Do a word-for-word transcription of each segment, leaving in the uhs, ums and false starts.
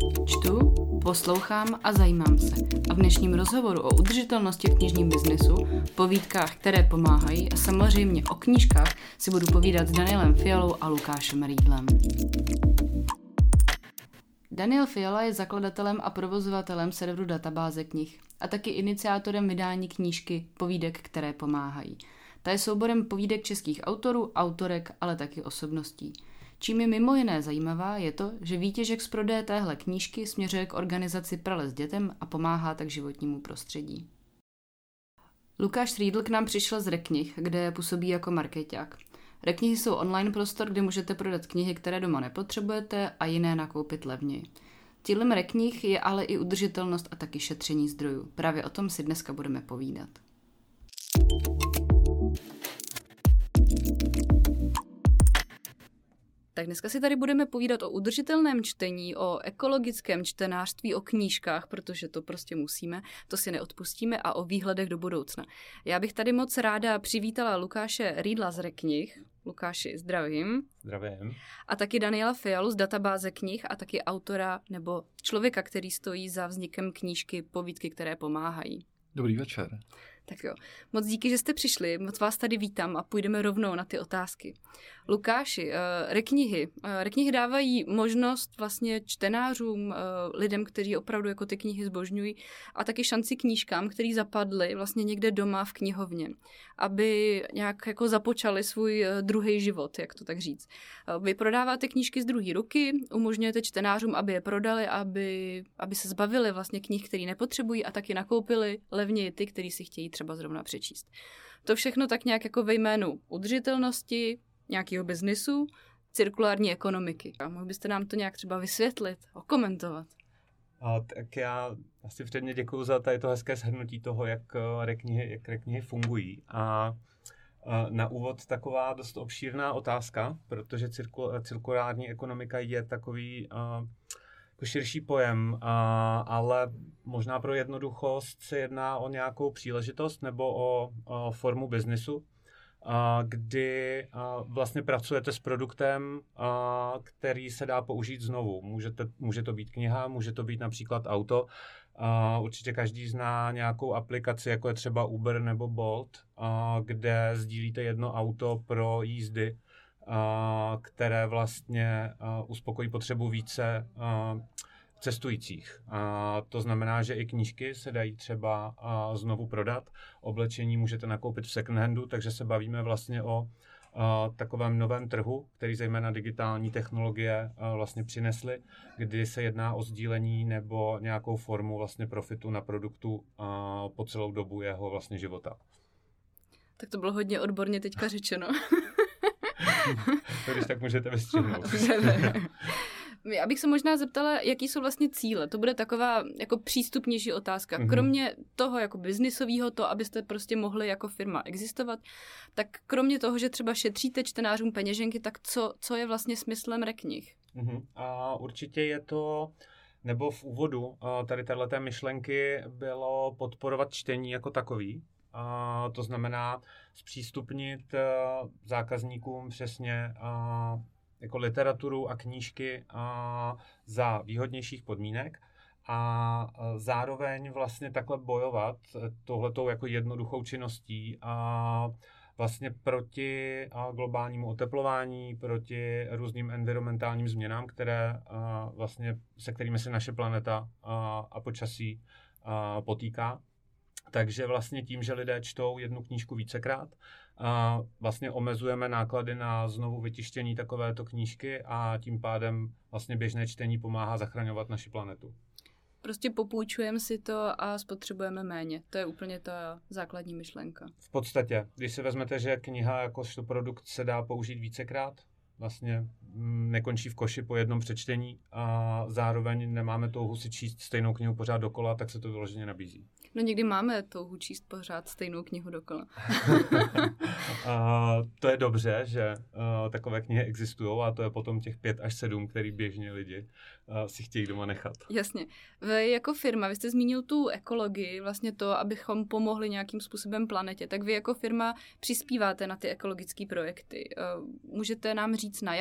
Čtu, poslouchám a zajímám se. A v dnešním rozhovoru o udržitelnosti v knižním biznesu, povídkách, které pomáhají a samozřejmě o knížkách si budu povídat s Danielem Fialou a Lukášem Riedlem. Daniel Fiala je zakladatelem a provozovatelem serveru databáze knih a taky iniciátorem vydání knížky Povídek, které pomáhají. Ta je souborem povídek českých autorů, autorek, ale taky osobností. Čím je mimo jiné zajímavá je to, že výtěžek z prodeje téhle knížky směřuje k organizaci Prales dětem a pomáhá tak životnímu prostředí. Lukáš Riedl k nám přišel z Reknih, kde působí jako markeťák. Reknihy jsou online prostor, kde můžete prodat knihy, které doma nepotřebujete a jiné nakoupit levněji. Cílem Reknih je ale i udržitelnost a taky šetření zdrojů. Právě o tom si dneska budeme povídat. Tak dneska si tady budeme povídat o udržitelném čtení, o ekologickém čtenářství, o knížkách, protože to prostě musíme, to si neodpustíme, a o výhledech do budoucna. Já bych tady moc ráda přivítala Lukáše Riedla z Reknih. Lukáši, zdravím. Zdravím. A taky Daniela Fialu z databáze knih a taky autora nebo člověka, který stojí za vznikem knížky Povídky, které pomáhají. Dobrý večer. Tak jo, moc díky, že jste přišli, moc vás tady vítám a půjdeme rovnou na ty otázky. Lukáši, Reknihy. Reknihy dávají možnost vlastně čtenářům, lidem, kteří opravdu jako ty knihy zbožňují, a taky šanci knížkám, který zapadly vlastně někde doma v knihovně, aby nějak jako započali svůj druhý život, jak to tak říct. Vy prodáváte knížky z druhé ruky, umožňujete čtenářům, aby je prodali, aby, aby se zbavili vlastně knih, který nepotřebují, a taky nakoupili levněji ty, který si chtějí třeba zrovna přečíst. To všechno tak nějak jako ve jménu udržitelnosti, nějakého biznisu, cirkulární ekonomiky. A mohl byste nám to nějak třeba vysvětlit, okomentovat? A, tak já asi předně děkuju za tady to hezké shrnutí toho, jak reknihy, jak reknihy fungují. A, a na úvod taková dost obšírná otázka, protože cirkul, cirkulární ekonomika je takový a, jako širší pojem, a, ale možná pro jednoduchost se jedná o nějakou příležitost nebo o, o formu biznisu, a, kdy a, vlastně pracujete s produktem, a, který se dá použít znovu. Můžete, může to být kniha, může to být například auto. A, určitě každý zná nějakou aplikaci, jako je třeba Uber nebo Bolt, a, kde sdílíte jedno auto pro jízdy, a, které vlastně a, uspokojí potřebu více a, cestujících. A to znamená, že i knížky se dají třeba a, znovu prodat. Oblečení můžete nakoupit v second handu, takže se bavíme vlastně o a, takovém novém trhu, který zejména digitální technologie a, vlastně přinesly, kdy se jedná o sdílení nebo nějakou formu vlastně profitu na produktu a, po celou dobu jeho vlastně života. Tak to bylo hodně odborně teďka řečeno. To když tak můžete vystřihnout. Já bych se možná zeptala, jaký jsou vlastně cíle. To bude taková jako přístupnější otázka. Mm-hmm. Kromě toho jako biznisového, to, abyste prostě mohli jako firma existovat, tak kromě toho, že třeba šetříte čtenářům peněženky, tak co, co je vlastně smyslem Reknih? Mm-hmm. A určitě je to, nebo v úvodu tady téhleté myšlenky bylo podporovat čtení jako takový. A to znamená zpřístupnit zákazníkům přesně a jako literaturu a knížky a za výhodnějších podmínek, a zároveň vlastně takhle bojovat tohletou jako jednoduchou činností a vlastně proti globálnímu oteplování, proti různým environmentálním změnám, které vlastně, se kterými se naše planeta a počasí potýká. Takže vlastně tím, že lidé čtou jednu knížku vícekrát, a vlastně omezujeme náklady na znovu vytištění takovéto knížky a tím pádem vlastně běžné čtení pomáhá zachraňovat naši planetu. Prostě popůjčujeme si to a spotřebujeme méně. To je úplně ta základní myšlenka. V podstatě, když si vezmete, že kniha jakožto produkt se dá použít vícekrát, vlastně nekončí v koši po jednom přečtení a zároveň nemáme touhu si číst stejnou knihu pořád dokola, tak se to vyloženě nabízí. No někdy máme touhu číst pořád stejnou knihu dokola. A to je dobře, že uh, takové knihy existují, a to je potom těch pět až sedm, který běžně lidi uh, si chtějí doma nechat. Jasně. Vy jako firma, vy jste zmínil tu ekologii, vlastně to, abychom pomohli nějakým způsobem planetě, tak vy jako firma přispíváte na ty ekologické projekty. Uh, můžete nám říct na jaký a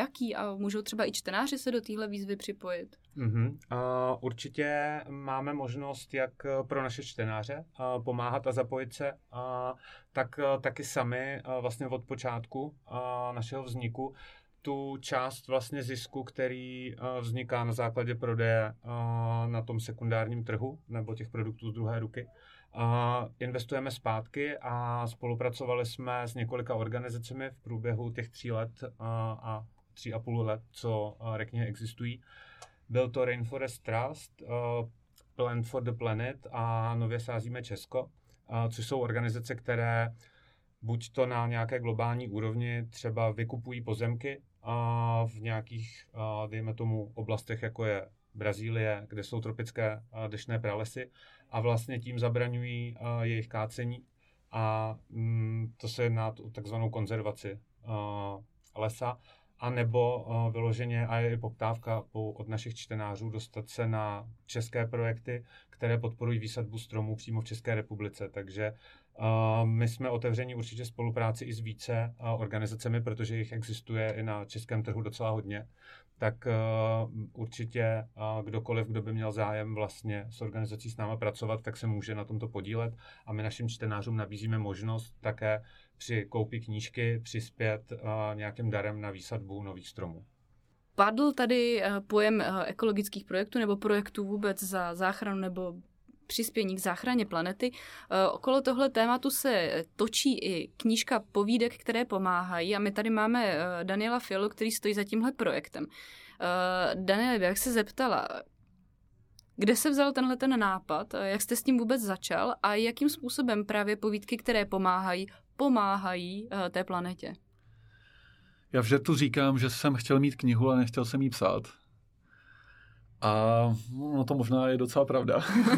a můžou třeba i čtenáři se do téhle výzvy připojit? Mm-hmm. Uh, určitě máme možnost, jak pro naše čtenáře uh, pomáhat a zapojit se, uh, tak uh, taky sami uh, vlastně od počátku uh, našeho vzniku tu část vlastně zisku, který uh, vzniká na základě prodeje uh, na tom sekundárním trhu nebo těch produktů z druhé ruky, uh, investujeme zpátky a spolupracovali jsme s několika organizacemi v průběhu těch tří let uh, a tří a půl let, co uh, reknihy existují. Byl to Rainforest Trust, uh, Plant for the Planet a Nově sázíme Česko, uh, což jsou organizace, které buď to na nějaké globální úrovni třeba vykupují pozemky uh, v nějakých, uh, dejme tomu, oblastech, jako je Brazílie, kde jsou tropické uh, deštné pralesy a vlastně tím zabraňují uh, jejich kácení a um, to se jedná o takzvanou konzervaci uh, lesa. A nebo uh, vyloženě, a je i poptávka po, od našich čtenářů, dostat se na české projekty, které podporují výsadbu stromů přímo v České republice. Takže uh, my jsme otevřeni určitě spolupráci i s více uh, organizacemi, protože jich existuje i na českém trhu docela hodně. Tak uh, určitě uh, kdokoliv, kdo by měl zájem vlastně s organizací s náma pracovat, tak se může na tomto podílet. A my našim čtenářům nabízíme možnost také při koupi knížky přispět uh, nějakým darem na výsadbu nových stromů. Padl tady uh, pojem uh, ekologických projektů nebo projektů vůbec za záchranu nebo přispění k záchraně planety. Uh, okolo tohle tématu se točí i knížka povídek, které pomáhají a my tady máme uh, Daniela Fialu, který stojí za tímhle projektem. Uh, Daniel, jak se zeptala, kde se vzal tenhle ten nápad, jak jste s tím vůbec začal a jakým způsobem právě povídky, které pomáhají, pomáhají uh, té planetě? Já v žertu říkám, že jsem chtěl mít knihu, ale nechtěl jsem jí psát. A no to možná je docela pravda.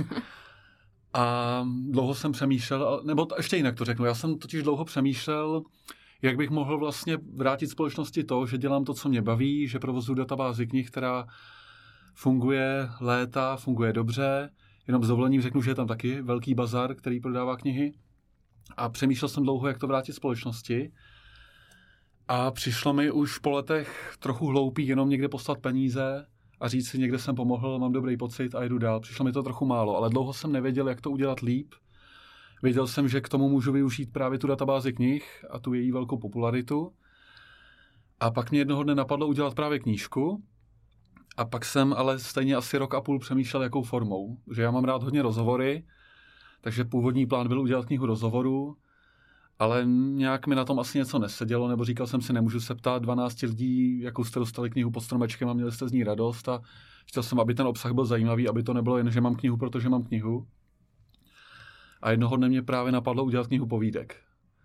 A dlouho jsem přemýšlel, nebo ještě jinak to řeknu, já jsem totiž dlouho přemýšlel, jak bych mohl vlastně vrátit společnosti to, že dělám to, co mě baví, že provozuji databázi knih, která funguje léta, funguje dobře, jenom s dovolením řeknu, že je tam taky velký bazar, který prodává knihy. A přemýšlel jsem dlouho, jak to vrátit společnosti. A přišlo mi už po letech trochu hloupý jenom někde poslat peníze a říct si, někde jsem pomohl, mám dobrý pocit a jdu dál. Přišlo mi to trochu málo, ale dlouho jsem nevěděl, jak to udělat líp. Věděl jsem, že k tomu můžu využít právě tu databázi knih a tu její velkou popularitu. A pak mě jednoho dne napadlo udělat právě knížku. A pak jsem ale stejně asi rok a půl přemýšlel, jakou formou. Že já mám rád hodně rozhovory, takže původní plán byl udělat knihu rozhovorů, ale nějak mi na tom asi něco nesedělo, nebo říkal jsem si, nemůžu se ptát dvanáct lidí, jakou jste dostali knihu pod stromečkem a měli jste z ní radost a chtěl jsem, aby ten obsah byl zajímavý, aby to nebylo jen, že mám knihu, protože mám knihu. A jednoho dne mě právě napadlo udělat knihu povídek.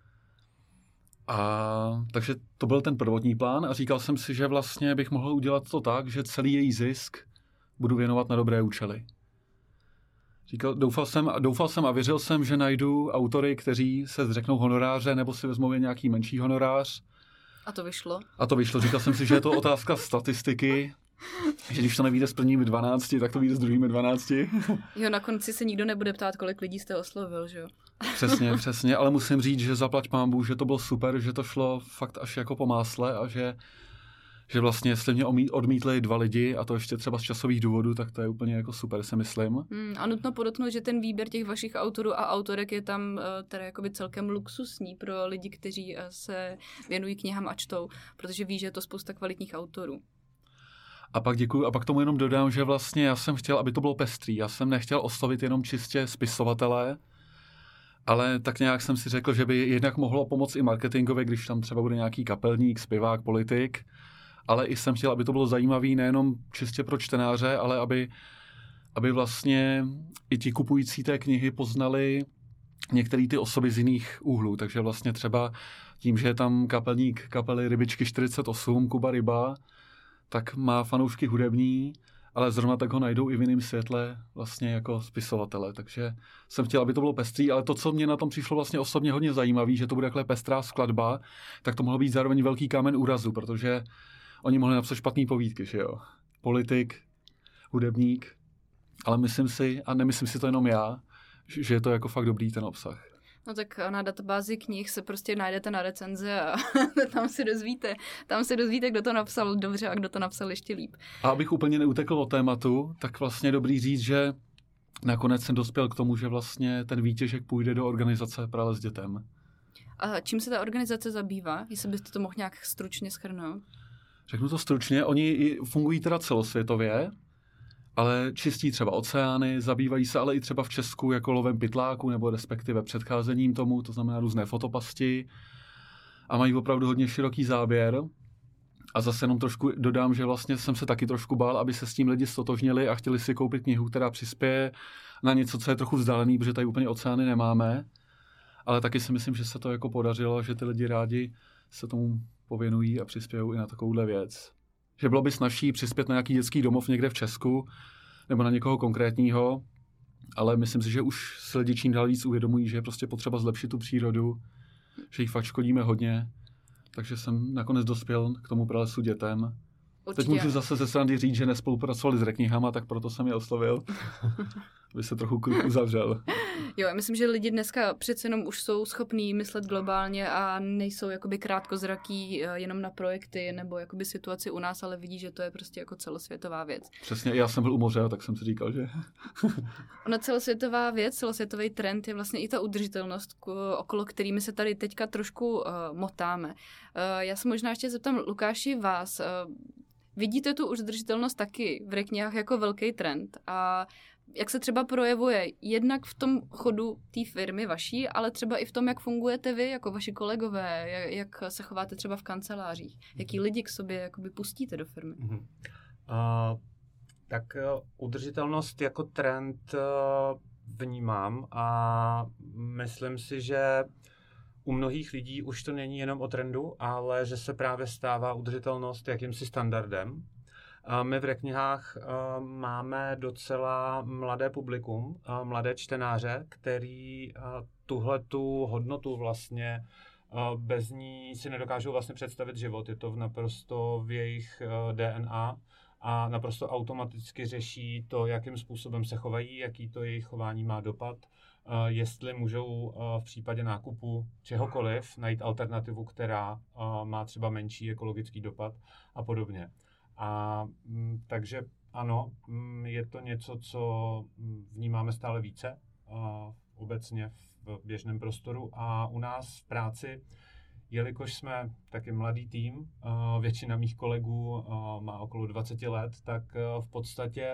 A takže to byl ten prvotní plán a říkal jsem si, že vlastně bych mohl udělat to tak, že celý její zisk budu věnovat na dobré účely. Říkal, doufal jsem, doufal jsem a věřil jsem, že najdu autory, kteří se zřeknou honoráře nebo si vezmou jen nějaký menší honorář. A to vyšlo? A to vyšlo. Říkal jsem si, že je to otázka statistiky, že když to nevíde s prvními dvanácti, tak to vyjde s druhými dvanácti. Jo, na konci se nikdo nebude ptát, kolik lidí jste oslovil, že jo? Přesně, přesně, ale musím říct, že zaplať pánbůh, že to bylo super, že to šlo fakt až jako po másle a že, že vlastně, jestli mě odmítli dva lidi a to ještě třeba z časových důvodů, tak to je úplně jako super, si myslím. Hmm, a nutno podotknout, že ten výběr těch vašich autorů a autorek je tam uh, teda jakoby celkem luxusní pro lidi, kteří uh, se věnují knihám a čtou, protože ví, že je to spousta kvalitních autorů. A pak děkuju, a pak tomu jenom dodám, že vlastně já jsem chtěl, aby to bylo pestrý. Já jsem nechtěl oslovit jenom čistě spisovatele, ale tak nějak jsem si řekl, že by jednak mohlo pomoct i marketingově, když tam třeba bude nějaký kapelník, zpěvák, politik, ale i jsem chtěl, aby to bylo zajímavý nejenom čistě pro čtenáře, ale aby, aby vlastně i ti kupující té knihy poznali některé ty osoby z jiných úhlů. Takže vlastně třeba tím, že je tam kapelník kapely Rybičky čtyřicet osm, Kuba Ryba, tak má fanoušky hudební, ale zrovna tak ho najdou i v jiném světle vlastně jako spisovatele. Takže jsem chtěl, aby to bylo pestrý, ale to, co mě na tom přišlo vlastně osobně hodně zajímavý, že to bude takhle pestrá skladba, tak to mohlo být zároveň velký kámen úrazu, protože oni mohli napsat špatný povídky, že jo. Politik, hudebník, ale myslím si, a nemyslím si to jenom já, že je to jako fakt dobrý ten obsah. No tak na databázi knih se prostě najdete na recenze a tam se dozvíte, tam se dozvíte, kdo to napsal dobře a kdo to napsal ještě líp. A abych úplně neutekl od tématu, tak vlastně dobrý říct, že nakonec jsem dospěl k tomu, že vlastně ten výtěžek půjde do organizace Prales dětem. A čím se ta organizace zabývá? Jestli byste to mohl nějak stručně shrnout? Řeknu to stručně, oni fungují teda celosvětově, ale čistí třeba oceány, zabývají se ale i třeba v Česku jako lovem pytláků nebo respektive předcházením tomu, to znamená různé fotopasti a mají opravdu hodně široký záběr. A zase jenom trošku dodám, že vlastně jsem se taky trošku bál, aby se s tím lidi stotožnili a chtěli si koupit knihu, která přispěje na něco, co je trochu vzdálený, protože tady úplně oceány nemáme. Ale taky si myslím, že se to jako podařilo, že ty lidi rádi se tomu pověnují a přispějou i na takovouhle věc. Že bylo by snazší přispět na nějaký dětský domov někde v Česku nebo na někoho konkrétního, ale myslím si, že už se lidi čím dál víc uvědomují, že je prostě potřeba zlepšit tu přírodu, že jich fakt škodíme hodně. Takže jsem nakonec dospěl k tomu pralesu dětem. Určitě. Teď můžu zase ze srandy říct, že nespolupracovali s reknihama, tak proto jsem je oslovil, aby se trochu kruh uzavřel. Jo, já myslím, že lidi dneska přece jenom už jsou schopní myslet globálně a nejsou jakoby krátkozraký jenom na projekty nebo jakoby situaci u nás, ale vidí, že to je prostě jako celosvětová věc. Přesně, já jsem byl u moře, tak jsem si říkal, že... Ona celosvětová věc, celosvětový trend je vlastně i ta udržitelnost, okolo kterými se tady teďka trošku uh, motáme. Uh, já se možná ještě zeptám, Lukáši, vás... Uh, Vidíte tu udržitelnost taky v reknihách jako velký trend a jak se třeba projevuje jednak v tom chodu té firmy vaší, ale třeba i v tom, jak fungujete vy jako vaši kolegové, jak, jak se chováte třeba v kancelářích, jaký lidi k sobě jakoby pustíte do firmy? Mm-hmm. Uh, tak uh, udržitelnost jako trend uh, vnímám a myslím si, že u mnohých lidí už to není jenom o trendu, ale že se právě stává udržitelnost jakýmsi standardem. My v reknihách máme docela mladé publikum, mladé čtenáře, který tuhletu hodnotu vlastně bez ní si nedokážou vlastně představit život. Je to naprosto v jejich D N A a naprosto automaticky řeší to, jakým způsobem se chovají, jaký to jejich chování má dopad. Uh, jestli můžou uh, v případě nákupu čehokoliv najít alternativu, která uh, má třeba menší ekologický dopad a podobně. A m, takže ano, m, je to něco, co vnímáme stále více uh, obecně v běžném prostoru a u nás v práci, jelikož jsme taky mladý tým, uh, většina mých kolegů uh, má okolo dvacet let, tak uh, v podstatě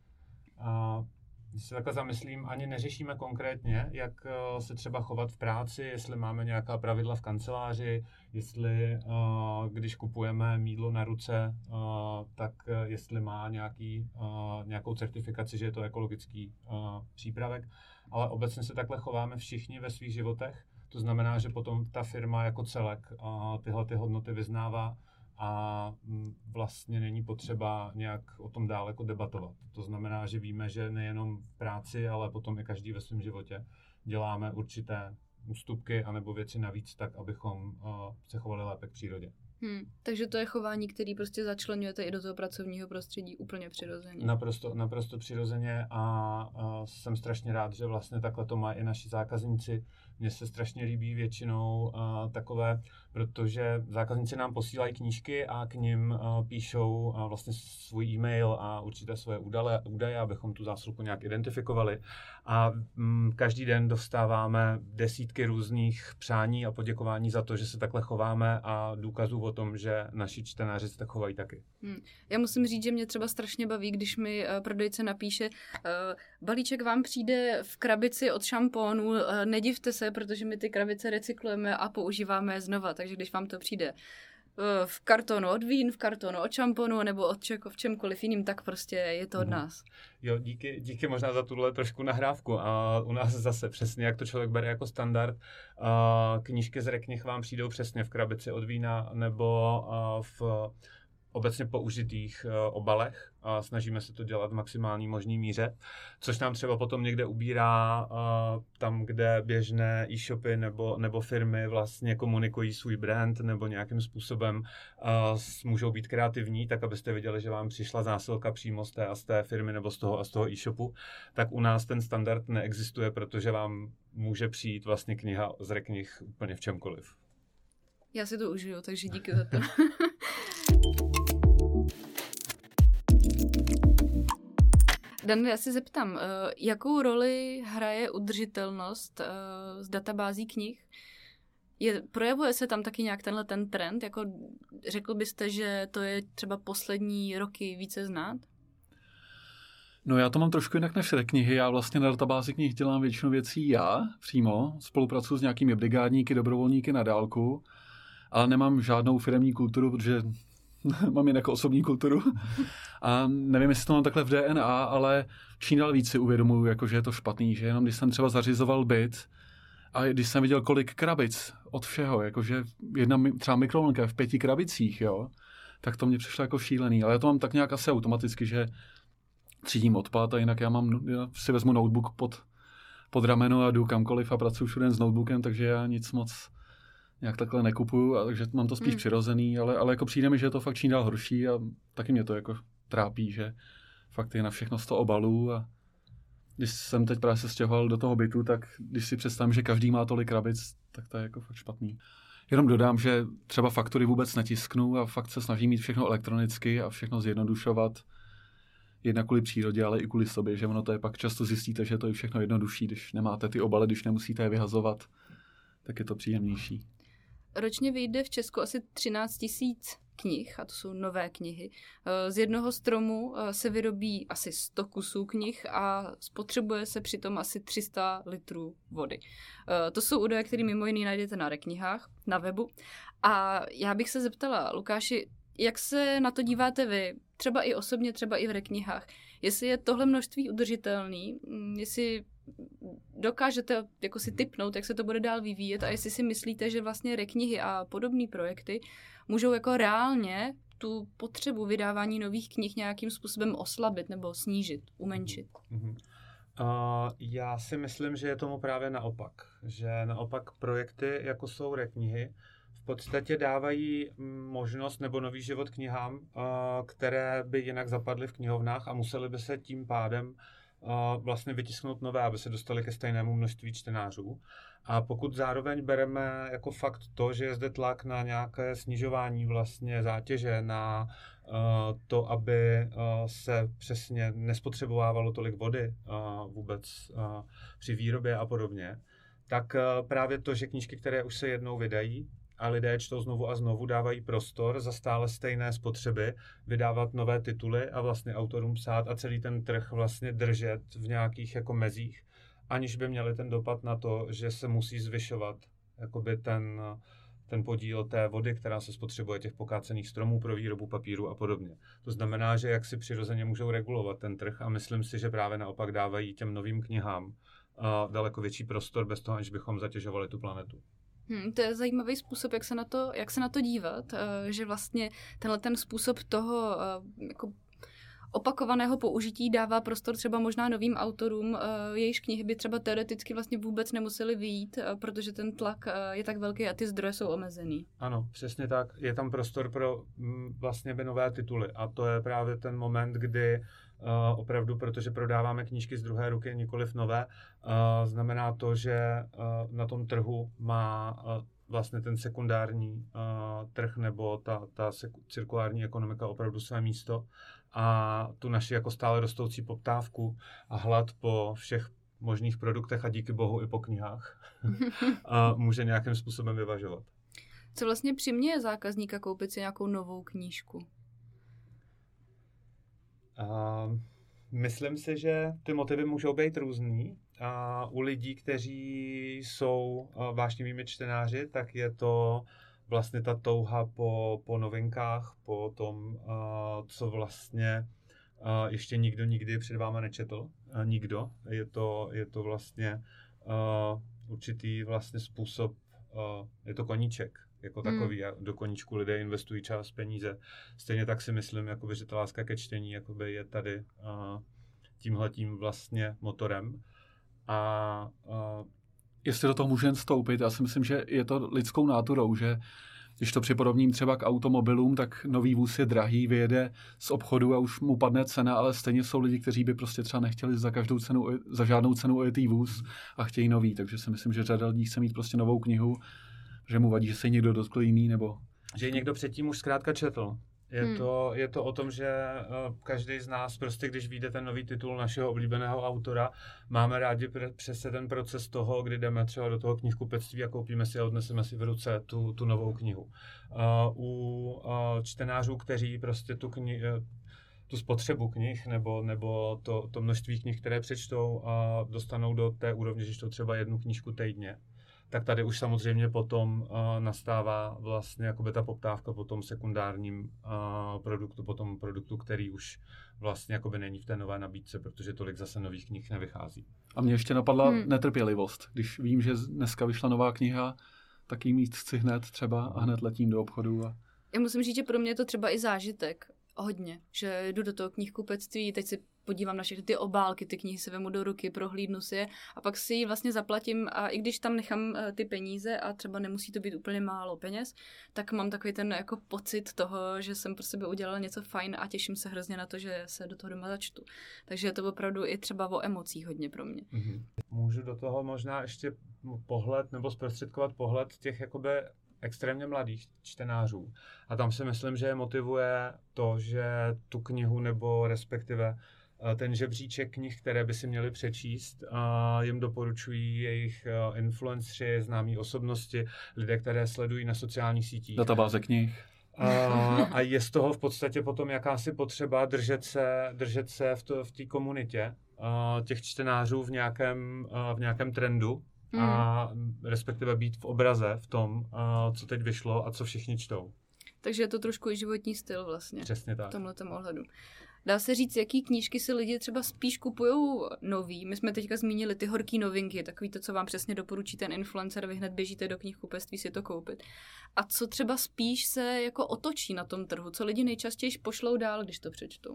uh, když se takhle zamyslím, ani neřešíme konkrétně, jak uh, se třeba chovat v práci, jestli máme nějaká pravidla v kanceláři, jestli uh, když kupujeme mýdlo na ruce, uh, tak uh, jestli má nějaký, uh, nějakou certifikaci, že je to ekologický uh, přípravek. Ale obecně se takhle chováme všichni ve svých životech. To znamená, že potom ta firma jako celek uh, tyhle ty hodnoty vyznává a vlastně není potřeba nějak o tom dál jako debatovat. To znamená, že víme, že nejenom v práci, ale potom i každý ve svém životě děláme určité ústupky anebo věci navíc tak, abychom uh, se chovali lépe k přírodě. Hmm, takže to je chování, který prostě začleňujete i do toho pracovního prostředí úplně přirozeně. Naprosto, naprosto přirozeně a uh, jsem strašně rád, že vlastně takhle to mají i naši zákazníci. Mně se strašně líbí většinou uh, takové, protože zákazníci nám posílají knížky a k nim uh, píšou uh, vlastně svůj e-mail a určité svoje údaje, údaje, abychom tu zásilku nějak identifikovali. A um, každý den dostáváme desítky různých přání a poděkování za to, že se takhle chováme a důkazů o tom, že naši čtenáři se tak chovají taky. Hmm. Já musím říct, že mě třeba strašně baví, když mi uh, prodejce napíše, uh, balíček vám přijde v krabici od šampónu, uh, nedivte se, protože my ty krabice recyklujeme a používáme je znova, takže když vám to přijde uh, v kartonu od vín, v kartonu od šamponu nebo od čeko, v čemkoliv jiným, tak prostě je to od hmm. nás. Jo, díky, díky možná za tuhle trošku nahrávku. A u nás zase přesně, jak to člověk bere jako standard, a knížky z reknih vám přijdou přesně v krabici od vína nebo v obecně použitých uh, obalech a snažíme se to dělat v maximální možný míře, což nám třeba potom někde ubírá uh, tam, kde běžné e-shopy nebo, nebo firmy vlastně komunikují svůj brand nebo nějakým způsobem uh, můžou být kreativní, tak abyste viděli, že vám přišla zásilka přímo z té a z té firmy nebo z toho a z toho e-shopu, tak u nás ten standard neexistuje, protože vám může přijít vlastně kniha z Reknih úplně v čemkoliv. Já si to užiju, takže díky za to. Dan, já si zeptám, jakou roli hraje udržitelnost z databází knih? Je, projevuje se tam taky nějak tenhle ten trend? Jako řekl byste, že to je třeba poslední roky více znát? No já to mám trošku jinak než Reknihy. Já vlastně na databázi knih dělám většinu věcí já přímo. Spolupracuji s nějakými brigádníky, dobrovolníky na dálku, ale nemám žádnou firemní kulturu, protože mám jinak osobní kulturu. A nevím, jestli to mám takhle v D N A, ale čím dál víc si uvědomuji, jako, že je to špatný, že jenom když jsem třeba zařizoval byt a když jsem viděl, kolik krabic od všeho, jakože jedna třeba mikrovlnka v pěti krabicích, jo, tak to mě přišlo jako šílený. Ale já to mám tak nějak asi automaticky, že třídím odpad a jinak já mám, já si vezmu notebook pod, pod rameno a jdu kamkoliv a pracuji všude s notebookem, takže já nic moc nějak takhle nekupuju, a takže mám to spíš hmm. přirozený, ale, ale jako přijde mi, že je to fakt čím dál horší a taky mě to jako trápí, že fakt je na všechno sto obalů a když jsem teď právě se stěhoval do toho bytu, tak když si představím, že každý má tolik krabic, tak to je jako fakt špatný. Jenom dodám, že třeba faktury vůbec netisknu a fakt se snažím mít všechno elektronicky a všechno zjednodušovat. Jednak kvůli přírodě, ale i kvůli sobě, že ono to je pak často zjistíte, že to je všechno jednodušší, když nemáte ty obaly, když nemusíte je vyhazovat, tak je to příjemnější. Ročně vyjde v Česku asi třináct tisíc knih, a to jsou nové knihy. Z jednoho stromu se vyrobí asi sto kusů knih a spotřebuje se přitom asi tři sta litrů vody. To jsou údaje, které mimo jiný najdete na Reknihách, na webu. A já bych se zeptala, Lukáši, jak se na to díváte vy? Třeba i osobně, třeba i v Reknihách. Jestli je tohle množství udržitelný, jestli dokážete jako si tipnout, jak se to bude dál vyvíjet a jestli si myslíte, že vlastně Reknihy a podobné projekty můžou jako reálně tu potřebu vydávání nových knih nějakým způsobem oslabit nebo snížit, umenšit. Mm-hmm. Uh, já si myslím, že je tomu právě naopak. Že naopak projekty, jako jsou Reknihy, v podstatě dávají možnost nebo nový život knihám, uh, které by jinak zapadly v knihovnách a museli by se tím pádem Uh, vlastně vytisknout nové, aby se dostali ke stejnému množství čtenářů. A pokud zároveň bereme jako fakt to, že je zde tlak na nějaké snižování vlastně zátěže, na uh, to, aby uh, se přesně nespotřebovávalo tolik vody uh, vůbec uh, při výrobě a podobně, tak uh, právě to, že knížky, které už se jednou vydají, a lidé čtou znovu a znovu, dávají prostor za stále stejné spotřeby, vydávat nové tituly a vlastně autorům psát a celý ten trh vlastně držet v nějakých jako mezích, aniž by měli ten dopad na to, že se musí zvyšovat jakoby ten, ten podíl té vody, která se spotřebuje, těch pokácených stromů pro výrobu papíru a podobně. To znamená, že jak si přirozeně můžou regulovat ten trh a myslím si, že právě naopak dávají těm novým knihám uh, daleko větší prostor bez toho, aniž bychom zatěžovali tu planetu. Hmm, to je zajímavý způsob, jak se na to, jak se na to dívat, uh, že vlastně tenhle ten způsob toho uh, jako opakovaného použití dává prostor třeba možná novým autorům, uh, jejichž knihy by třeba teoreticky vlastně vůbec nemuseli vyjít, uh, protože ten tlak uh, je tak velký a ty zdroje jsou omezený. Ano, přesně tak. Je tam prostor pro m, vlastně by nové tituly a to je právě ten moment, kdy Uh, opravdu, protože prodáváme knížky z druhé ruky, nikoliv nové, uh, znamená to, že uh, na tom trhu má uh, vlastně ten sekundární uh, trh nebo ta, ta seku- cirkulární ekonomika opravdu své místo a tu naši jako stále rostoucí poptávku a hlad po všech možných produktech a díky bohu i po knihách uh, může nějakým způsobem vyvažovat. Co vlastně přiměje zákazníka koupit si nějakou novou knížku? Uh, myslím si, že ty motivy můžou být různý. Uh, u lidí, kteří jsou uh, vášnivými čtenáři, tak je to vlastně ta touha po, po novinkách, po tom, uh, co vlastně uh, ještě nikdo nikdy před váma nečetl. Uh, nikdo. Je to, je to vlastně uh, určitý vlastně způsob, uh, je to koníček. jako takový. Hmm. Do koníčku lidé investují čas, peníze. Stejně tak si myslím, jakoby, že ta láska ke čtení jakoby, je tady uh, tímhletím vlastně motorem. A uh, jestli do toho můžu jen vstoupit, já si myslím, že je to lidskou náturou, že když to připodobním třeba k automobilům, tak nový vůz je drahý, vyjede z obchodu a už mu padne cena, ale stejně jsou lidi, kteří by prostě třeba nechtěli za každou cenu, za žádnou cenu ojetý vůz a chtějí nový, takže si myslím, že řada lidí chce mít prostě novou knihu, že mu vadí, že se někdo dotkl jiný, nebo... Že ji někdo předtím už zkrátka četl. Je, hmm. to, je to o tom, že uh, každý z nás, prostě když vyjde ten nový titul našeho oblíbeného autora, máme rádi pr- přes ten proces toho, kdy jdeme třeba do toho knihkupectví a koupíme si a odneseme si v ruce tu, tu novou knihu. Uh, u uh, čtenářů, kteří prostě tu knihu, tu spotřebu knih nebo, nebo to, to množství knih, které přečtou a dostanou do té úrovně, že čtou třeba jednu knížku týdně, tak tady už samozřejmě potom uh, nastává vlastně jakoby ta poptávka po tom sekundárním uh, produktu, po tom produktu, který už vlastně jakoby není v té nové nabídce, protože tolik zase nových knih nevychází. A mě ještě napadla hmm. netrpělivost. Když vím, že dneska vyšla nová kniha, tak ji mít chci hned třeba a hned letím do obchodu. A... Já musím říct, že pro mě je to třeba i zážitek. Hodně. Že jdu do toho knihkupectví, teď si podívám na všechny ty obálky, ty knihy se vemu do ruky, prohlídnu si je a pak si ji vlastně zaplatím a i když tam nechám ty peníze a třeba nemusí to být úplně málo peněz, tak mám takový ten jako pocit toho, že jsem pro sebe udělala něco fajn a těším se hrozně na to, že se do toho doma začtu. Takže je to opravdu i třeba o emocích hodně pro mě. Mm-hmm. Můžu do toho možná ještě pohled nebo zprostředkovat pohled těch jakoby extrémně mladých čtenářů. A tam si myslím, že je motivuje to, že tu knihu nebo respektive ten žebříček knih, které by si měli přečíst, jim doporučují jejich influenceri, známí osobnosti, lidé, které sledují na sociálních sítích. Databáze knih. A, a je z toho v podstatě potom jakási potřeba držet se, držet se v, to, v té komunitě těch čtenářů v nějakém, v nějakém trendu. Hmm. A respektive být v obraze v tom, uh, co teď vyšlo a co všichni čtou. Takže je to trošku i životní styl vlastně. Přesně tak. V tomhletom ohledu. Dá se říct, jaký knížky si lidi třeba spíš kupujou nový. My jsme teďka zmínili ty horký novinky, takový to, co vám přesně doporučí ten influencer, vy hned běžíte do knihkupectví si to koupit. A co třeba spíš se jako otočí na tom trhu, co lidi nejčastěji pošlou dál, když to přečtou?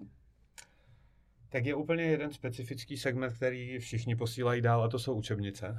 Tak je úplně jeden specifický segment, který všichni posílají dál, a to jsou učebnice.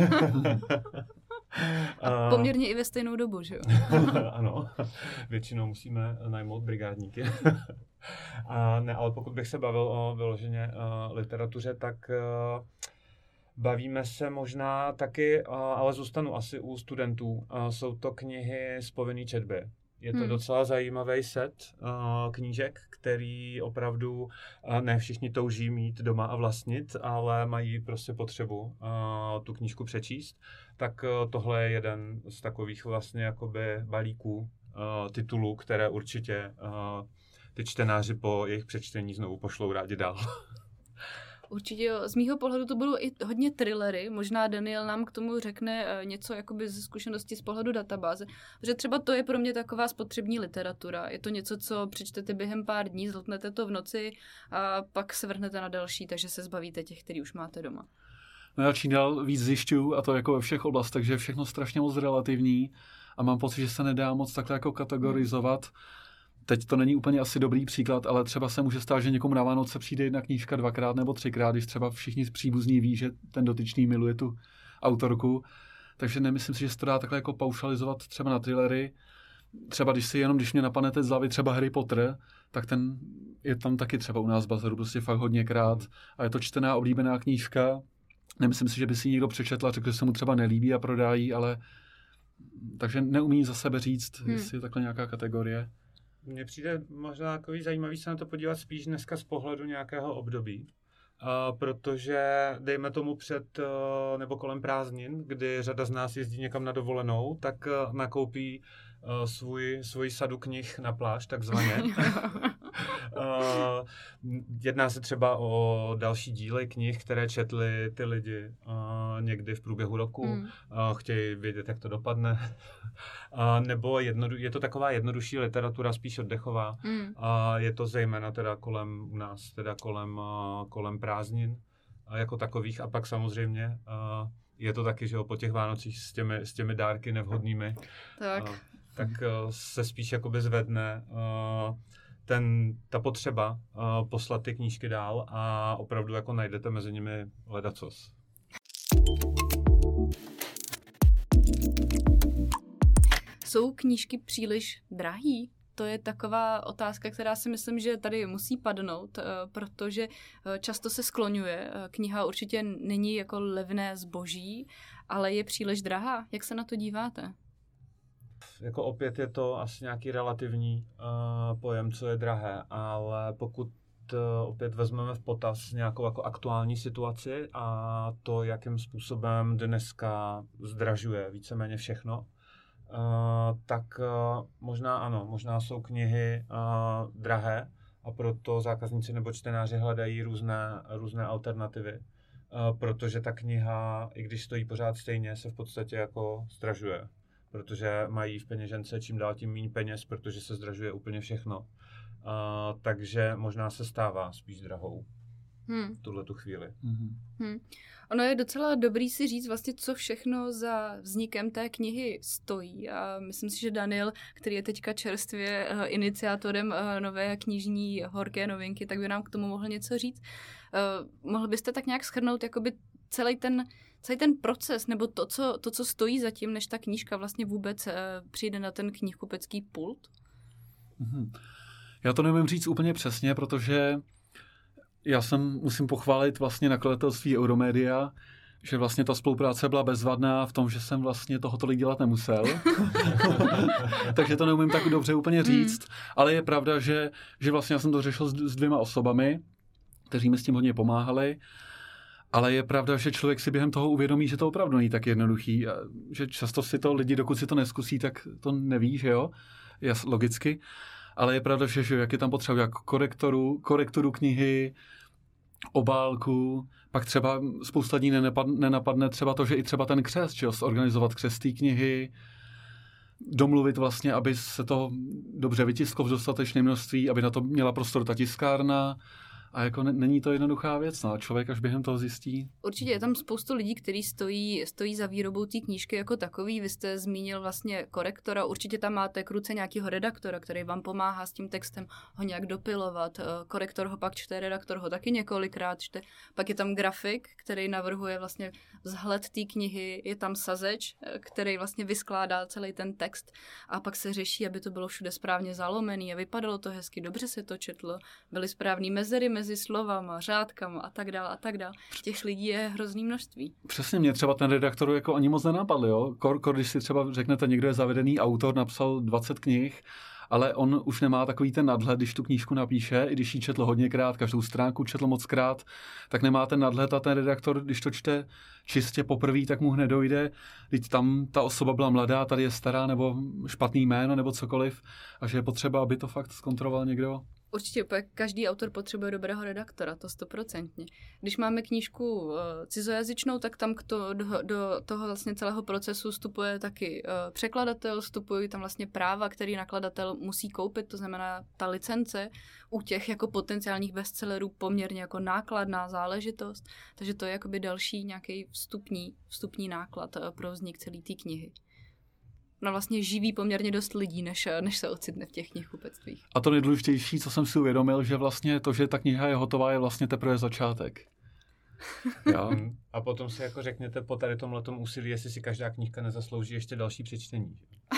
A poměrně i ve stejnou dobu, že jo? Ano, většinou musíme najmout brigádníky. A ne, ale pokud bych se bavil o vyloženě uh, literatuře, tak uh, bavíme se možná taky, uh, ale zůstanu asi u studentů. Uh, jsou to knihy z povinné četby. Je to hmm. docela zajímavý set uh, knížek, který opravdu uh, ne všichni touží mít doma a vlastnit, ale mají prostě potřebu uh, tu knížku přečíst. Tak uh, tohle je jeden z takových vlastně jakoby balíků uh, titulů, které určitě uh, ty čtenáři po jejich přečtení znovu pošlou rádi dál. Určitě jo. Z mýho pohledu to budou i hodně thrillery. Možná Daniel nám k tomu řekne něco jakoby ze zkušenosti z pohledu databáze. Protože třeba to je pro mě taková spotřební literatura. Je to něco, co přečtete během pár dní, zhltnete to v noci a pak se vrhnete na další, takže se zbavíte těch, který už máte doma. No já čím dál víc zjišťuju, a to jako ve všech oblastech, že je všechno strašně moc relativní a mám pocit, že se nedá moc takhle jako kategorizovat. Hmm. Teď to není úplně asi dobrý příklad, ale třeba se může stát, že někomu na Vánoce přijde jedna knížka dvakrát nebo třikrát, když třeba všichni příbuzní ví, že ten dotyčný miluje tu autorku. Takže nemyslím si, že se to dá takhle jako paušalizovat třeba na thrillery. Třeba když si jenom, když mě napadne z hlavy třeba Harry Potter, tak ten je tam taky třeba u nás v bazaru prostě fakt hodněkrát. A je to čtená, oblíbená knížka. Nemyslím si, že by si ji někdo přečetl a řekl, že se mu třeba nelíbí a prodá ji, ale takže neumím za sebe říct, hmm. jestli je takhle nějaká kategorie. Mně přijde možná takový zajímavý se na to podívat spíš dneska z pohledu nějakého období, uh, protože dejme tomu před uh, nebo kolem prázdnin, kdy řada z nás jezdí někam na dovolenou, tak uh, nakoupí uh, svůj, svůj sadu knih na pláž, takzvaně. uh, jedná se třeba o další díly knih, které četli ty lidi uh, někdy v průběhu roku, mm. uh, chtějí vědět, jak to dopadne. uh, nebo jednodu, je to taková jednodušší literatura, spíš oddechová. Mm. Uh, je to zejména teda kolem u nás, teda kolem, uh, kolem prázdnin uh, jako takových, a pak samozřejmě uh, je to taky, že jo, po těch Vánocích s těmi, s těmi dárky nevhodnými. Tak. Uh, tak uh, se spíš jakoby zvedne uh, ten, ta potřeba uh, poslat ty knížky dál a opravdu jako najdete mezi nimi ledacos. Jsou knížky příliš drahý? To je taková otázka, která si myslím, že tady musí padnout, protože často se skloňuje. Kniha určitě není jako levné zboží, ale je příliš drahá. Jak se na to díváte? Jako opět je to asi nějaký relativní uh, pojem, co je drahé, ale pokud uh, opět vezmeme v potaz nějakou jako aktuální situaci a to, jakým způsobem dneska zdražuje víceméně všechno, Uh, tak uh, možná ano, možná jsou knihy uh, drahé a proto zákazníci nebo čtenáři hledají různé, různé alternativy, uh, protože ta kniha, i když stojí pořád stejně, se v podstatě jako zdražuje, protože mají v peněžence čím dál tím méně peněz, protože se zdražuje úplně všechno. Uh, takže možná se stává spíš drahou hmm. v tuhletu chvíli. Hmm. Hmm. Ono je docela dobrý si říct vlastně, co všechno za vznikem té knihy stojí. A myslím si, že Daniel, který je teďka čerstvě uh, iniciátorem uh, nové knižní horké novinky, tak by nám k tomu mohl něco říct. Uh, mohl byste tak nějak shrnout jakoby celý ten, celý ten proces, nebo to co, to, co stojí za tím, než ta knížka vlastně vůbec uh, přijde na ten knihkupecký pult? Mm-hmm. Já to nevím říct úplně přesně, protože já jsem, musím pochválit vlastně nakladatelství Euromedia, že vlastně ta spolupráce byla bezvadná v tom, že jsem vlastně toho tolik dělat nemusel. Takže to neumím tak dobře úplně říct, mm. ale je pravda, že, že vlastně já jsem to řešil s, s dvěma osobami, kteří mi s tím hodně pomáhali, ale je pravda, že člověk si během toho uvědomí, že to opravdu není tak jednoduchý, a že často si to lidi, dokud si to neskusí, tak to neví, že jo, Jas, logicky. Ale je pravda, že, že jak je tam potřeba jak korektoru, korekturu knihy, obálku, pak třeba spousta lidí nenapadne, nenapadne třeba to, že i třeba ten křest, že jo, zorganizovat křest té knihy, domluvit vlastně, aby se to dobře vytisklo v dostatečné množství, aby na to měla prostor ta tiskárna. A jako n- není to jednoduchá věc, no. Člověk až během toho zjistí. Určitě je tam spoustu lidí, kteří stojí, stojí za výrobou té knížky jako takový. Vy jste zmínil vlastně korektora, určitě tam máte k ruce nějakého redaktora, který vám pomáhá s tím textem ho nějak dopilovat. Korektor ho pak čte, redaktor ho taky několikrát čte. Pak je tam grafik, který navrhuje vlastně vzhled té knihy, je tam sazeč, který vlastně vyskládá celý ten text a pak se řeší, aby to bylo všude správně zalomený a vypadalo to hezky, dobře se to četlo, byly správný mezery mezi slovama, řádkama a tak dále a tak dále. Těch lidí je hrozný množství. Přesně, mě třeba ten redaktor jako ani moc nenapadl, jo. Kor, kor, když si třeba řeknete, někdo je zavedený autor, napsal dvacet knih, ale on už nemá takový ten nadhled, když tu knížku napíše, i když ji četl hodněkrát, každou stránku četl mockrát, tak nemá ten nadhled a ten redaktor, když to čte čistě poprvé, tak mu hned dojde, když tam ta osoba byla mladá, tady je stará, nebo špatný jméno, nebo cokoliv, a že je potřeba, aby to fakt zkontroloval někdo. Určitě, každý autor potřebuje dobrého redaktora, to stoprocentně. Když máme knížku uh, cizojazyčnou, tak tam to, do, do toho vlastně celého procesu vstupuje taky uh, překladatel, vstupují tam vlastně práva, který nakladatel musí koupit, to znamená ta licence u těch jako potenciálních bestsellerů poměrně jako nákladná záležitost, takže to je jakoby další nějaký vstupní, vstupní náklad uh, pro vznik celé té knihy. No vlastně živí poměrně dost lidí, než, než se ocitne v těch knihkupectvích. A to nejdůležitější, co jsem si uvědomil, že vlastně to, že ta kniha je hotová, je vlastně teprve začátek. Jo. A potom si jako řekněte po tady tomhletom úsilí, jestli si každá knížka nezaslouží ještě další přečtení.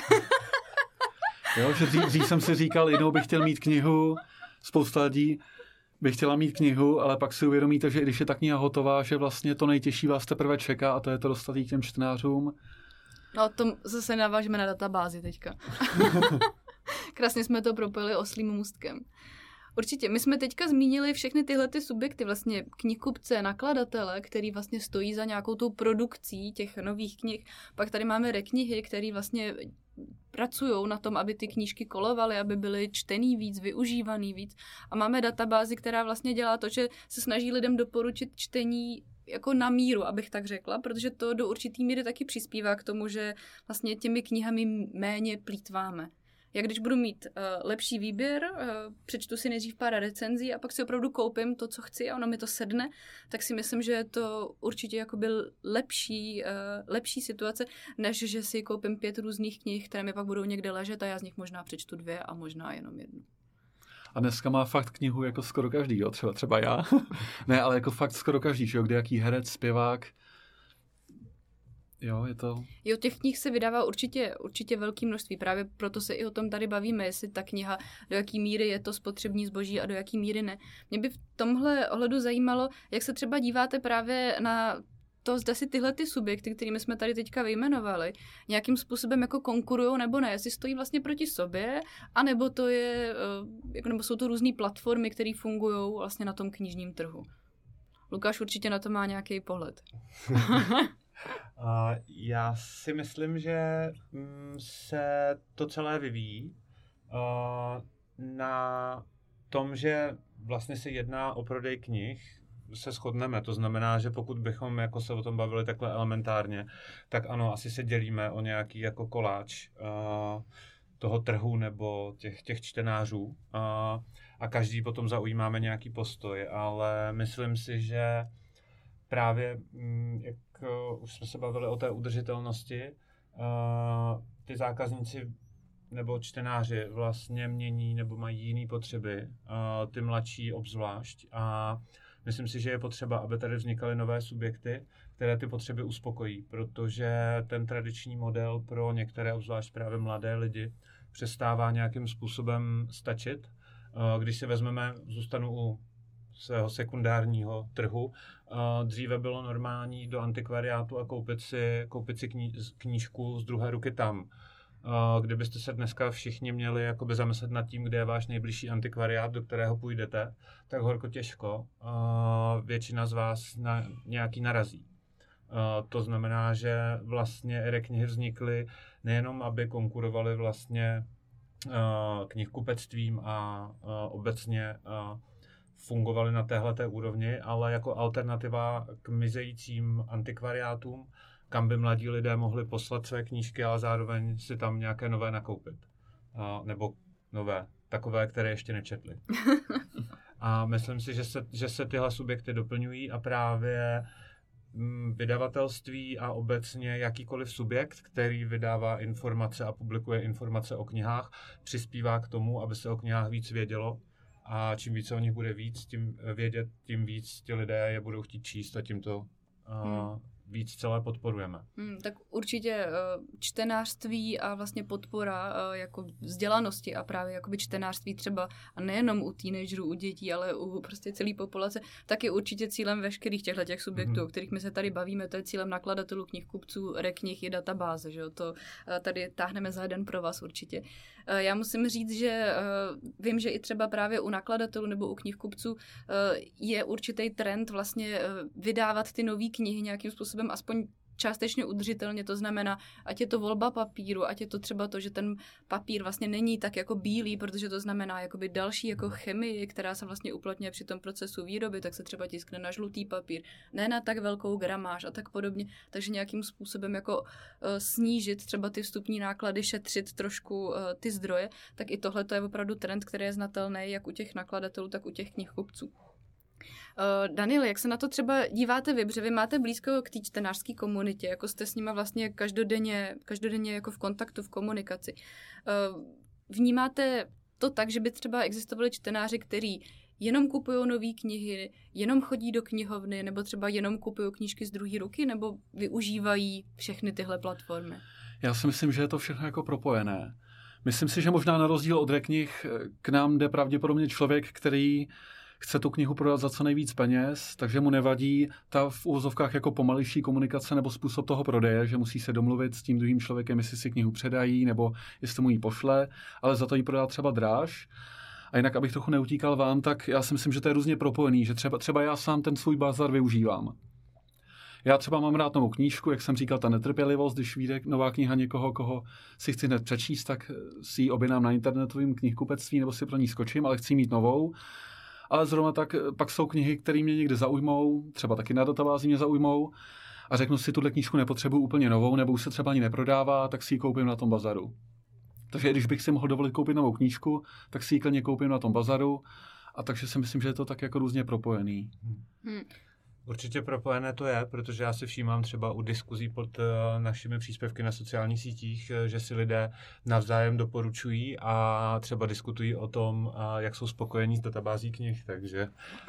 Jo, že dřív, dřív jsem si říkal, jednou bych chtěl mít knihu, spousta lidí by chtěla mít knihu, ale pak si uvědomíte, že i když je ta kniha hotová, že vlastně to nejtěžší vás teprve čeká a to je to dostat k těm čtenářům. No, to zase navážeme na databázi teďka. Krásně jsme to propojili oslím můstkem. Určitě, my jsme teďka zmínili všechny tyhle ty subjekty, vlastně knihkupce, nakladatele, který vlastně stojí za nějakou tou produkcí těch nových knih. Pak tady máme reknihy, který vlastně pracují na tom, aby ty knížky kolovaly, aby byly čtený víc, využívaný víc. A máme databázi, která vlastně dělá to, že se snaží lidem doporučit čtení jako na míru, abych tak řekla, protože to do určitý míry taky přispívá k tomu, že vlastně těmi knihami méně plýtváme. Já když budu mít uh, lepší výběr, uh, přečtu si nejdřív pár recenzí a pak si opravdu koupím to, co chci a ono mi to sedne, tak si myslím, že je to určitě jakoby lepší, uh, lepší situace, než že si koupím pět různých knih, které mi pak budou někde ležet a já z nich možná přečtu dvě a možná jenom jednu. A dneska má fakt knihu jako skoro každý, jo? Třeba, třeba já. Ne, ale jako fakt skoro každý, že jo? Kde jaký herec, zpěvák. Jo, je to... Jo, těch knih se vydává určitě, určitě velké množství. Právě proto se i o tom tady bavíme, jestli ta kniha, do jaký míry je to spotřební zboží a do jaký míry ne. Mě by v tomhle ohledu zajímalo, jak se třeba díváte právě na to, zda si tyhle ty subjekty, kterými jsme tady teďka vyjmenovali, nějakým způsobem jako konkurujou nebo ne, jestli stojí vlastně proti sobě, anebo to je, jako, nebo jsou to různý platformy, které fungují vlastně na tom knižním trhu. Lukáš určitě na to má nějaký pohled. Uh, já si myslím, že mm, se to celé vyvíjí uh, na tom, že vlastně se jedná o prodej knih, se shodneme. To znamená, že pokud bychom jako se o tom bavili takhle elementárně, tak ano, asi se dělíme o nějaký jako koláč uh, toho trhu nebo těch, těch čtenářů uh, a každý potom zaujímáme nějaký postoj, ale myslím si, že právě, jak už jsme se bavili o té udržitelnosti, ty zákazníci nebo čtenáři vlastně mění nebo mají jiné potřeby, ty mladší obzvlášť. A myslím si, že je potřeba, aby tady vznikaly nové subjekty, které ty potřeby uspokojí, protože ten tradiční model pro některé, obzvlášť právě mladé lidi, přestává nějakým způsobem stačit. Když si vezmeme, zůstanu u svého sekundárního trhu. Dříve bylo normální do antikvariátu a koupit si, koupit si kní, knížku z druhé ruky tam. Kdybyste se dneska všichni měli jakoby zamyslet nad tím, kde je váš nejbližší antikvariát, do kterého půjdete, tak horko těžko většina z vás na nějaký narazí. To znamená, že vlastně e-knihy vznikly nejenom, aby konkurovaly vlastně knihkupectvím a obecně fungovaly na téhleté úrovni, ale jako alternativa k mizejícím antikvariátům, kam by mladí lidé mohli poslat své knížky, ale zároveň si tam nějaké nové nakoupit. A, nebo nové, takové, které ještě nečetli. A myslím si, že se, že se tyhle subjekty doplňují a právě vydavatelství a obecně jakýkoliv subjekt, který vydává informace a publikuje informace o knihách, přispívá k tomu, aby se o knihách víc vědělo. A čím více o nich bude víc, tím vědět, tím víc ti lidé je budou chtít číst a tím to uh, hmm. víc celé podporujeme. Hmm, tak určitě uh, čtenářství a vlastně podpora uh, jako vzdělanosti a právě jakoby čtenářství třeba a nejenom u teenagerů, u dětí, ale u prostě celé populace, tak je určitě cílem veškerých těchto těch subjektů, hmm. o kterých my se tady bavíme, to je cílem nakladatelů, knihkupců, reknih i databáze, že jo? To uh, tady táhneme za jeden pro vás určitě. Uh, já musím říct, že uh, vím, že i třeba právě u nakladatelů nebo u knihkupců uh, je určitý trend vlastně uh, vydávat ty nové knihy nějakým způsobem aspoň částečně udržitelně, to znamená, ať je to volba papíru, ať je to třeba to, že ten papír vlastně není tak jako bílý, protože to znamená jakoby další jako chemii, která se vlastně uplatňuje při tom procesu výroby, tak se třeba tiskne na žlutý papír, ne na tak velkou gramáž a tak podobně, takže nějakým způsobem jako uh, snížit třeba ty vstupní náklady, šetřit trošku uh, ty zdroje, tak i tohle to je opravdu trend, který je znatelný jak u těch nakladatelů, tak u těch knihkupců. Uh, Daniel, jak se na to třeba díváte vy, protože vy máte blízko k té čtenářské komunitě, jako jste s nima vlastně každodenně, každodenně jako v kontaktu, v komunikaci. Uh, vnímáte to tak, že by třeba existovali čtenáři, kteří jenom kupují nové knihy, jenom chodí do knihovny, nebo třeba jenom kupují knížky z druhé ruky, nebo využívají všechny tyhle platformy? Já si myslím, že je to všechno jako propojené. Myslím si, že možná na rozdíl od reknih k nám jde pravděpodobně člověk, který chce tu knihu prodat za co nejvíc peněz, takže mu nevadí ta v uvozovkách jako pomalejší komunikace nebo způsob toho prodeje, že musí se domluvit s tím druhým člověkem, jestli si knihu předají nebo jestli mu ji pošle, ale za to ji prodá třeba dráž. A jinak, abych trochu neutíkal vám, tak já si myslím, že to je různě propojený, že třeba, třeba já sám ten svůj bazar využívám. Já třeba mám rád novou knížku, jak jsem říkal, ta netrpělivost, když vyjde nová kniha někoho, koho si chci hned přečíst, tak si ji objednám na internetovém knihkupectví nebo si pro ní skočím, ale chci mít novou. Ale zrovna tak pak jsou knihy, které mě někde zaujmou, třeba taky na databázi mě zaujmou a řeknu si, tuhle knížku nepotřebuji úplně novou, nebo už se třeba ani neprodává, tak si ji koupím na tom bazaru. Takže když bych si mohl dovolit koupit novou knížku, tak si ji klidně koupím na tom bazaru. A takže si myslím, že je to tak jako různě propojený. Hmm. Určitě propojené to je, protože já si všímám třeba u diskuzí pod uh, našimi příspěvky na sociálních sítích, že si lidé navzájem doporučují a třeba diskutují o tom, uh, jak jsou spokojení s databází knih, takže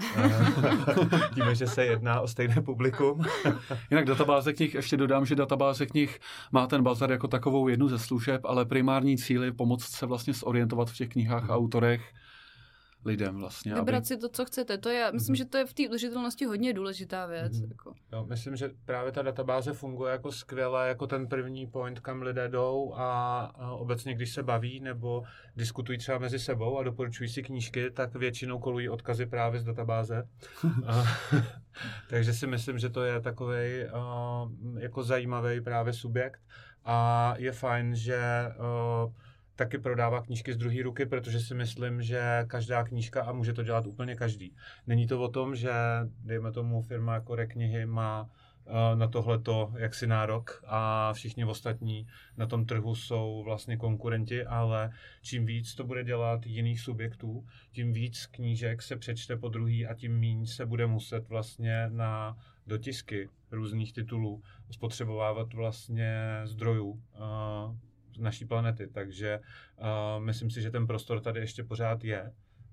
uh, víme, že se jedná o stejné publikum. Jinak databáze knih, ještě dodám, že databáze knih má ten bazar jako takovou jednu ze služeb, ale primární cíl je pomoct se vlastně zorientovat v těch knihách a autorech lidem vlastně. Vybrat aby... si to, co chcete. To je, myslím, mm-hmm. že to je v té udržitelnosti hodně důležitá věc. Mm-hmm. Jako. Jo, myslím, že právě ta databáze funguje jako skvěle, jako ten první point, kam lidé jdou a, a obecně, když se baví nebo diskutují třeba mezi sebou a doporučují si knížky, tak většinou kolují odkazy právě z databáze. a, takže si myslím, že to je takovej uh, jako zajímavý právě subjekt a je fajn, že uh, taky prodává knížky z druhé ruky, protože si myslím, že každá knížka, a může to dělat úplně každý. Není to o tom, že, dejme tomu, firma jako Reknihy má uh, na tohleto jaksi nárok a všichni ostatní na tom trhu jsou vlastně konkurenti, ale čím víc to bude dělat jiných subjektů, tím víc knížek se přečte po druhý a tím míň se bude muset vlastně na dotisky různých titulů spotřebovávat vlastně zdrojů uh, z naší planety, takže uh, myslím si, že ten prostor tady ještě pořád je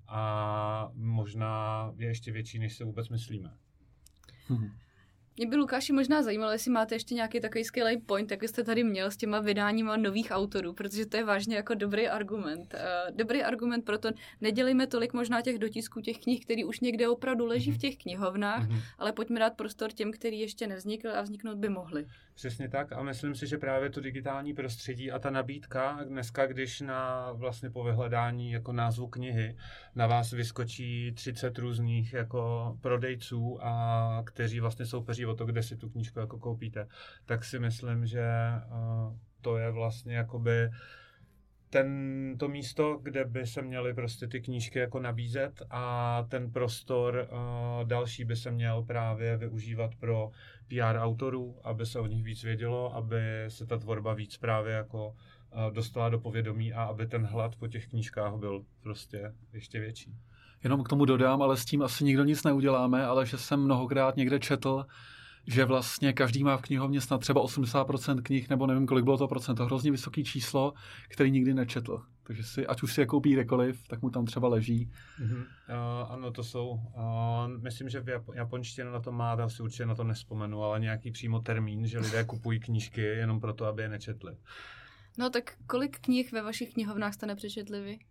a možná je ještě větší, než si vůbec myslíme. Hmm. Mě by, Lukáši, možná zajímalo, jestli máte ještě nějaký takový skvělý point, jak jste tady měl s těma vydáníma nových autorů, protože to je vážně jako dobrý argument. Uh, dobrý argument, proto nedělejme tolik možná těch dotisků těch knih, který už někde opravdu leží mm-hmm. v těch knihovnách, mm-hmm. ale pojďme dát prostor těm, který ještě nevznikl a vzniknout by mohli. Přesně tak a myslím si, že právě to digitální prostředí a ta nabídka dneska, když na vlastně po vyhledání jako názvu knihy na vás vyskočí třicet různých jako prodejců a kteří vlastně soupeří o to, kde si tu knížku jako koupíte, tak si myslím, že uh, to je vlastně jakoby ten, to místo, kde by se měly prostě ty knížky jako nabízet a ten prostor uh, další by se měl právě využívat pro P R autorů, aby se o nich víc vědělo, aby se ta tvorba víc právě jako uh, dostala do povědomí a aby ten hlad po těch knížkách byl prostě ještě větší. Jenom k tomu dodám, ale s tím asi nikdo nic neuděláme, ale že jsem mnohokrát někde četl, že vlastně každý má v knihovně snad třeba osmdesát procent knih, nebo nevím, kolik bylo to procent, to hrozně vysoký číslo, který nikdy nečetl. Takže si, ať už si je koupí kdekoliv, tak mu tam třeba leží. Mm-hmm. Uh, ano, to jsou, uh, myslím, že v Japo- japonštině na to má, já si určitě na to nespomenu, ale nějaký přímo termín, že lidé kupují knížky jenom proto, aby je nečetli. No tak kolik knih ve vašich knihovnách jste nepřečetli vy?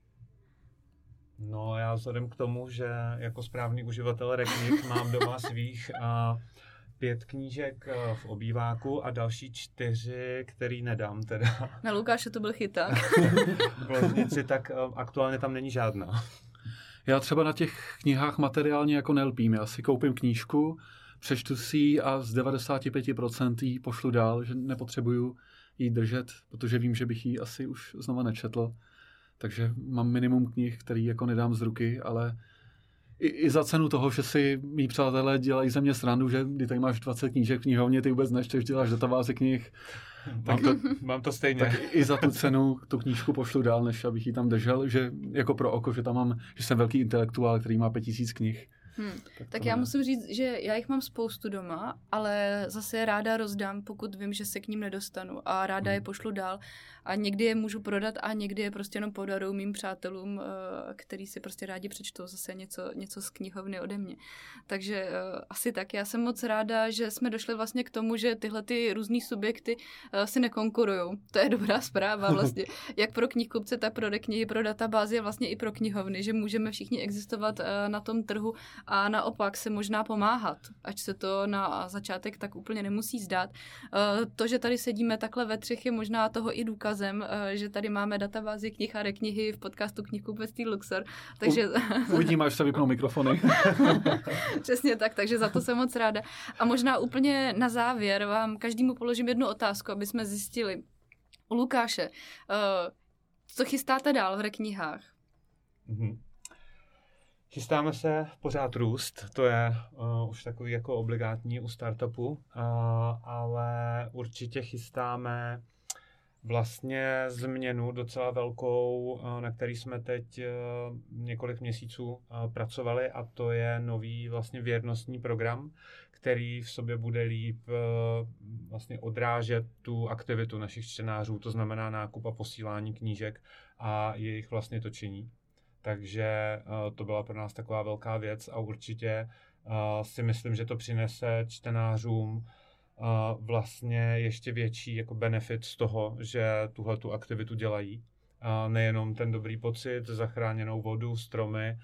No já vzhledem k tomu, že jako správný uživatel reknih mám doma svých a pět knížek v obýváku a další čtyři, který nedám teda. Na Lukáše to byl chyták. V ložnici, tak aktuálně tam není žádná. Já třeba na těch knihách materiálně jako nelpím. Já si koupím knížku, přečtu si ji a z devadesát pět procent ji pošlu dál, že nepotřebuju ji držet, protože vím, že bych ji asi už znova nečetl. Takže mám minimum knih, který jako nedám z ruky, ale i, i za cenu toho, že si mý přátelé dělají ze mě srandu, že kdy tady máš dvacet knížek v knihovně, ty vůbec nečteš, děláš databáze knih. Mám to, mám to stejně. Tak i za tu cenu tu knížku pošlu dál, než abych ji tam držel, že jako pro oko, že tam mám, že jsem velký intelektuál, který má pět tisíc knih. Hmm. Tak, tak já ne. musím říct, že já jich mám spoustu doma, ale zase je ráda rozdám, pokud vím, že se k ním nedostanu a ráda hmm. je pošlu dál a někdy je můžu prodat a někdy je prostě jenom podaruju mým přátelům, který si prostě rádi přečtou zase něco, něco z knihovny ode mě. Takže uh, asi tak. Já jsem moc ráda, že jsme došli vlastně k tomu, že tyhle ty různý subjekty uh, si nekonkurujou. To je dobrá zpráva vlastně. Jak pro knihkupce, tak pro reknihy, pro databázy a vlastně i pro knihovny, že můžeme všichni existovat uh, na tom trhu a naopak se možná pomáhat, ať se to na začátek tak úplně nemusí zdát. To, že tady sedíme takhle ve třech, je možná toho i důkazem, že tady máme databázi knih a reknihy v podcastu Knihkupectví Luxor. Takže... Uvidíme, až se vypnou mikrofony. Přesně tak, takže za to jsem moc ráda. A možná úplně na závěr vám každému položím jednu otázku, aby jsme zjistili. U Lukáše, co chystáte dál v reknihách? Mhm. Chystáme se pořád růst, to je uh, už takový jako obligátní u startupu, uh, ale určitě chystáme vlastně změnu docela velkou, na který jsme teď několik měsíců pracovali, a to je nový vlastně věrnostní program, který v sobě bude líp vlastně odrážet tu aktivitu našich čtenářů, to znamená nákup a posílání knížek a jejich vlastně točení. Takže to byla pro nás taková velká věc a určitě si myslím, že to přinese čtenářům vlastně ještě větší jako benefit z toho, že tuhletu aktivitu dělají. Nejenom ten dobrý pocit, zachráněnou vodu, stromy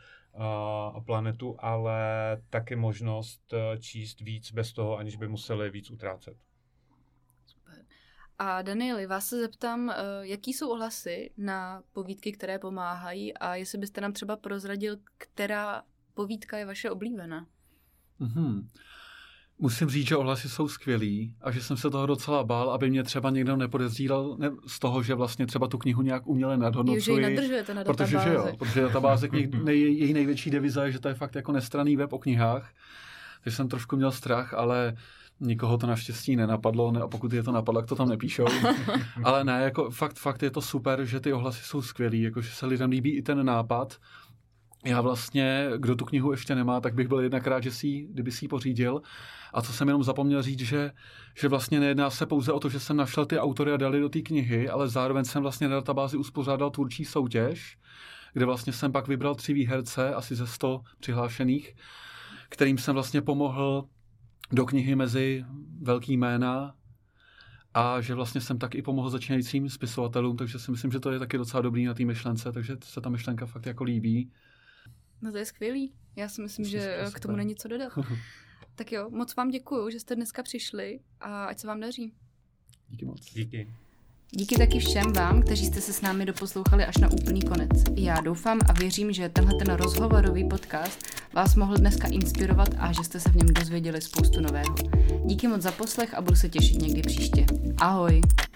a planetu, ale taky možnost číst víc bez toho, aniž by museli víc utrácet. Super. A Danieli, vás se zeptám, jaký jsou ohlasy na povídky, které pomáhají, a jestli byste nám třeba prozradil, která povídka je vaše oblíbená? Mhm. Musím říct, že ohlasy jsou skvělý a že jsem se toho docela bál, aby mě třeba někdo nepodezříval ne, z toho, že vlastně třeba tu knihu nějak uměle nadhodnocuji. Jo, že ji nadržujete na databázi. Protože, že jo, protože databáze knih, nej, její největší deviza je, že to je fakt jako nestranný web o knihách. Takže jsem trošku měl strach, ale nikoho to naštěstí nenapadlo, ne, a pokud je to napadlo, tak to tam nepíšou. Ale ne, jako fakt, fakt je to super, že ty ohlasy jsou skvělý, jako že se lidem líbí i ten nápad. Já vlastně, kdo tu knihu ještě nemá, tak bych byl jednakrát, že si, kdyby si ji pořídil. A co jsem jenom zapomněl říct, že, že vlastně nejedná se pouze o to, že jsem našel ty autory a dali do té knihy, ale zároveň jsem vlastně na databázi uspořádal tvůrčí soutěž, kde vlastně jsem pak vybral tři výherce, asi ze sto přihlášených, kterým jsem vlastně pomohl do knihy mezi velký jména, a že vlastně jsem tak i pomohl začínajícím spisovatelům, takže si myslím, že to je taky docela dobrý na té myšlence, takže se ta myšlenka fakt jako líbí. No to je skvělý. Já si myslím, že Super. k tomu není co dodat. Tak jo, moc vám děkuju, že jste dneska přišli a ať se vám daří. Díky moc. Díky. Díky taky všem vám, kteří jste se s námi doposlouchali až na úplný konec. Já doufám a věřím, že tenhle ten rozhovorový podcast vás mohl dneska inspirovat a že jste se v něm dozvěděli spoustu nového. Díky moc za poslech a budu se těšit někdy příště. Ahoj!